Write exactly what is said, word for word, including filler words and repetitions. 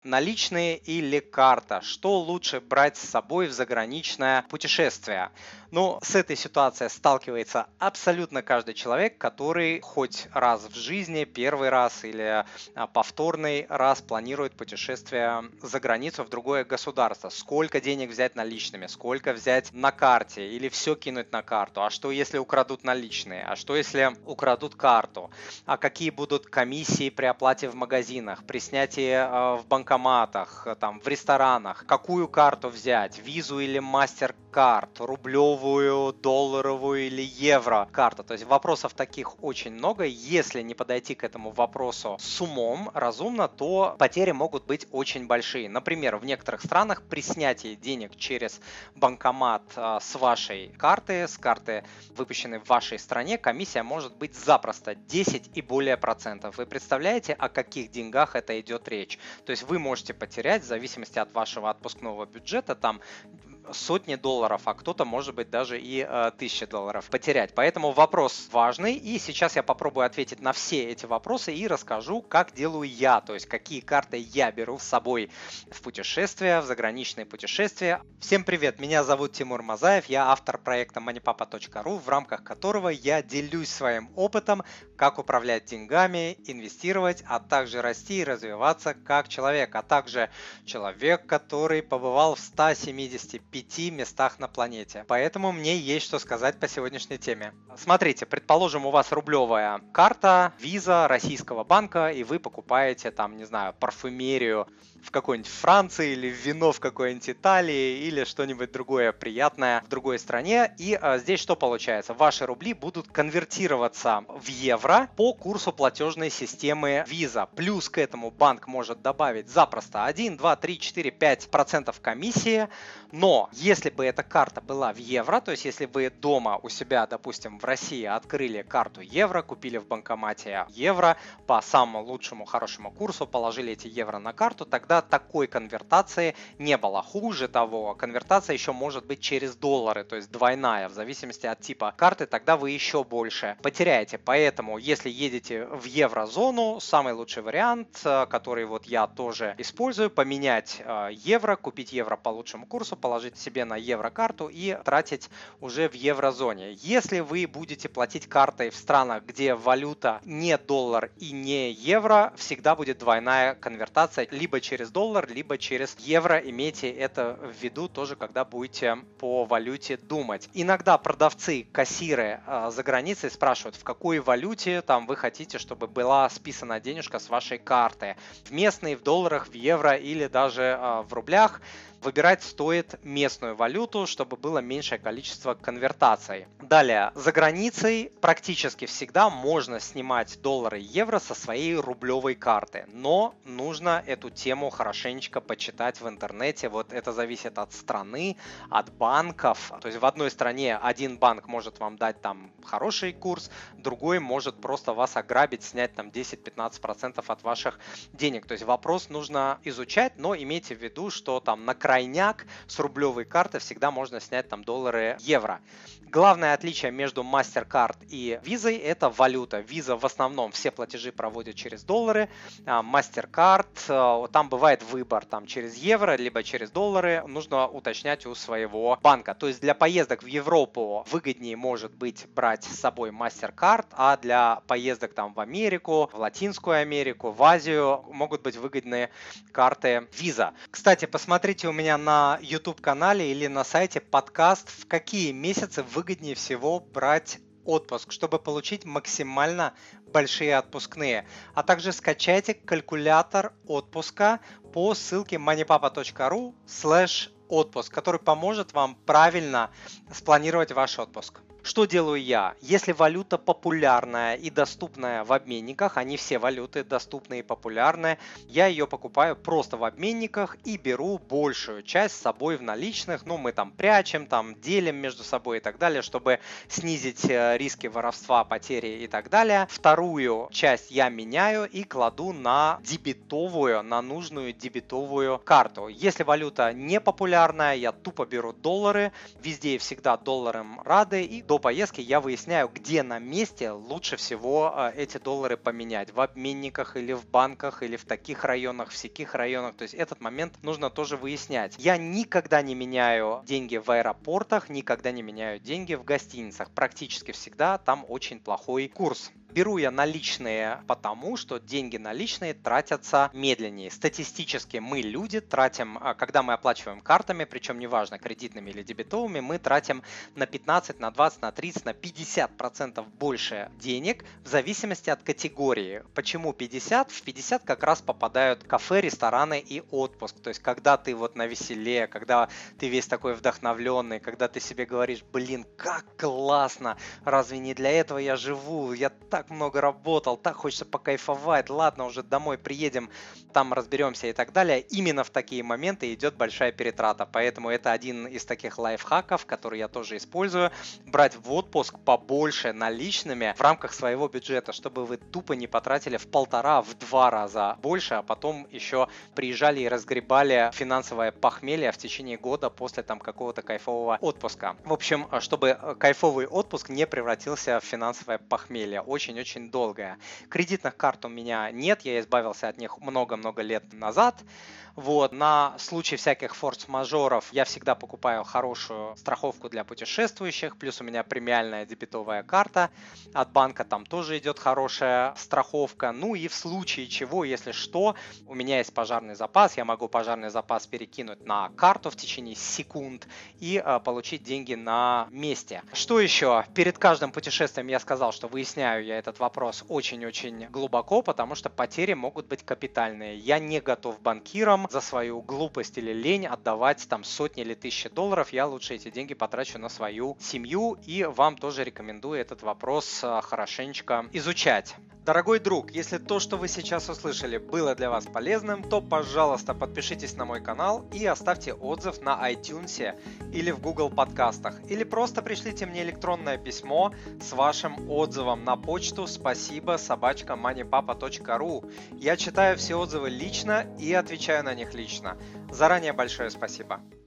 Наличные или карта? Что лучше брать с собой в заграничное путешествие? Ну, с этой ситуацией сталкивается абсолютно каждый человек, который хоть раз в жизни, первый раз или а, повторный раз планирует путешествие за границу в другое государство. Сколько денег взять наличными, сколько взять на карте или все кинуть на карту? А что если украдут наличные? А что если украдут карту? А какие будут комиссии при оплате в магазинах, при снятии э, в банкоматах, э, там, в ресторанах? Какую карту взять? Визу или MasterCard? Рублевую, долларовую или евро карту? То есть вопросов таких очень много. Если не подойти к этому вопросу с умом, разумно, то потери могут быть очень большие. Например, в некоторых странах при снятии денег через банкомат э, с вашей карты, с карты, выпущенной в вашей стране, комиссия может быть запросто десять и более процентов. Вы представляете, о каких деньгах это идет речь? То есть вы можете потерять, в зависимости от вашего отпускного бюджета, там сотни долларов, а кто-то, может быть, даже и э, тысячи долларов потерять. Поэтому вопрос важный, и сейчас я попробую ответить на все эти вопросы и расскажу, как делаю я, то есть какие карты я беру с собой в путешествия, в заграничные путешествия. Всем привет, меня зовут Тимур Мазаев, я автор проекта moneypapa точка ру, в рамках которого я делюсь своим опытом, как управлять деньгами, инвестировать, а также расти и развиваться как человек, а также человек, который побывал в ста семидесяти пяти местах на планете. Поэтому мне есть что сказать по сегодняшней теме. Смотрите, предположим, у вас рублевая карта, виза российского банка, и вы покупаете там, не знаю, парфюмерию в какой-нибудь Франции или вино в какой-нибудь Италии или что-нибудь другое приятное в другой стране. И а, здесь что получается? Ваши рубли будут конвертироваться в евро по курсу платежной системы Visa. Плюс к этому банк может добавить запросто один, два, три, четыре, пять процентов комиссии. Но если бы эта карта была в евро, то есть если вы дома у себя, допустим, в России открыли карту евро, купили в банкомате евро по самому лучшему хорошему курсу, положили эти евро на карту, тогда такой конвертации не было. Хуже того, конвертация еще может быть через доллары, то есть двойная, в зависимости от типа карты, тогда вы еще больше потеряете. Поэтому, если едете в еврозону, самый лучший вариант, который вот я тоже использую, поменять евро, купить евро по лучшему курсу, положить себе на еврокарту и тратить уже в еврозоне. Если вы будете платить картой в странах, где валюта не доллар и не евро, всегда будет двойная конвертация либо через доллар, либо через евро. Имейте это в виду тоже, когда будете по валюте думать. Иногда продавцы, кассиры э, за границей спрашивают, в какой валюте там вы хотите, чтобы была списана денежка с вашей карты. В местной, в долларах, в евро или даже э, в рублях. Выбирать стоит местную валюту, чтобы было меньшее количество конвертаций. Далее, за границей практически всегда можно снимать доллары и евро со своей рублевой карты, но нужно эту тему хорошенечко почитать в интернете. Вот это зависит от страны, от банков. То есть в одной стране один банк может вам дать там хороший курс, другой может просто вас ограбить, снять там десять-пятнадцать процентов от ваших денег. То есть вопрос нужно изучать, но имейте в виду, что там на крайняк с рублевой карты всегда можно снять там доллары, евро. Главное отличие между MasterCard и Visa – это валюта. Visa в основном все платежи проводят через доллары, а MasterCard, там бывает выбор там через евро, либо через доллары, нужно уточнять у своего банка. То есть для поездок в Европу выгоднее может быть брать с собой MasterCard, а для поездок там в Америку, в Латинскую Америку, в Азию могут быть выгодные карты Visa. Кстати, посмотрите у меня на YouTube-канале или на сайте подкаст, в какие месяцы выгоднее всего брать отпуск, чтобы получить максимально большие отпускные. А также скачайте калькулятор отпуска по ссылке moneypapa точка ру слэш отпуск, который поможет вам правильно спланировать ваш отпуск. Что делаю я? Если валюта популярная и доступная в обменниках, они все валюты доступные и популярные, я ее покупаю просто в обменниках и беру большую часть с собой в наличных. Ну, мы там прячем, там делим между собой и так далее, чтобы снизить риски воровства, потери и так далее. Вторую часть я меняю и кладу на дебетовую, на нужную дебетовую карту. Если валюта не популярная, я тупо беру доллары, везде и всегда долларам рады и до поездки я выясняю, где на месте лучше всего э, эти доллары поменять. В обменниках или в банках, или в таких районах, в сяких районах. То есть этот момент нужно тоже выяснять. Я никогда не меняю деньги в аэропортах, никогда не меняю деньги в гостиницах. Практически всегда там очень плохой курс. Беру я наличные, потому что деньги наличные тратятся медленнее. Статистически мы, люди, тратим, когда мы оплачиваем картами, причем неважно, кредитными или дебетовыми, мы тратим на пятнадцать, на двадцать, на тридцать, на пятьдесят процентов больше денег в зависимости от категории. Почему пятьдесят? В пятьдесят как раз попадают кафе, рестораны и отпуск. То есть когда ты вот на веселе, когда ты весь такой вдохновленный, когда ты себе говоришь, блин, как классно, разве не для этого я живу, я так много работал, так хочется покайфовать, ладно, уже домой приедем, там разберемся и так далее. Именно в такие моменты идет большая перетрата, поэтому это один из таких лайфхаков, который я тоже использую, брать в отпуск побольше наличными в рамках своего бюджета, чтобы вы тупо не потратили в полтора, в два раза больше, а потом еще приезжали и разгребали финансовое похмелье в течение года после там какого-то кайфового отпуска. В общем, чтобы кайфовый отпуск не превратился в финансовое похмелье. Очень очень долгая. Кредитных карт у меня нет, я избавился от них много-много лет назад. Вот. На случай всяких форс-мажоров я всегда покупаю хорошую страховку для путешествующих, плюс у меня премиальная дебетовая карта от банка, там тоже идет хорошая страховка. Ну и в случае чего, если что, у меня есть пожарный запас, я могу пожарный запас перекинуть на карту в течение секунд и э, получить деньги на месте. Что еще? Перед каждым путешествием я сказал, что выясняю я этот вопрос очень-очень глубоко, потому что потери могут быть капитальные. Я не готов банкирам за свою глупость или лень отдавать там сотни или тысячи долларов. Я лучше эти деньги потрачу на свою семью, и вам тоже рекомендую этот вопрос хорошенечко изучать. Дорогой друг, если то, что вы сейчас услышали, было для вас полезным, то, пожалуйста, подпишитесь на мой канал и оставьте отзыв на iTunes или в Google подкастах. Или просто пришлите мне электронное письмо с вашим отзывом на почту спасибо собака манипапа точка ру. Я читаю все отзывы лично и отвечаю на них лично. Заранее большое спасибо.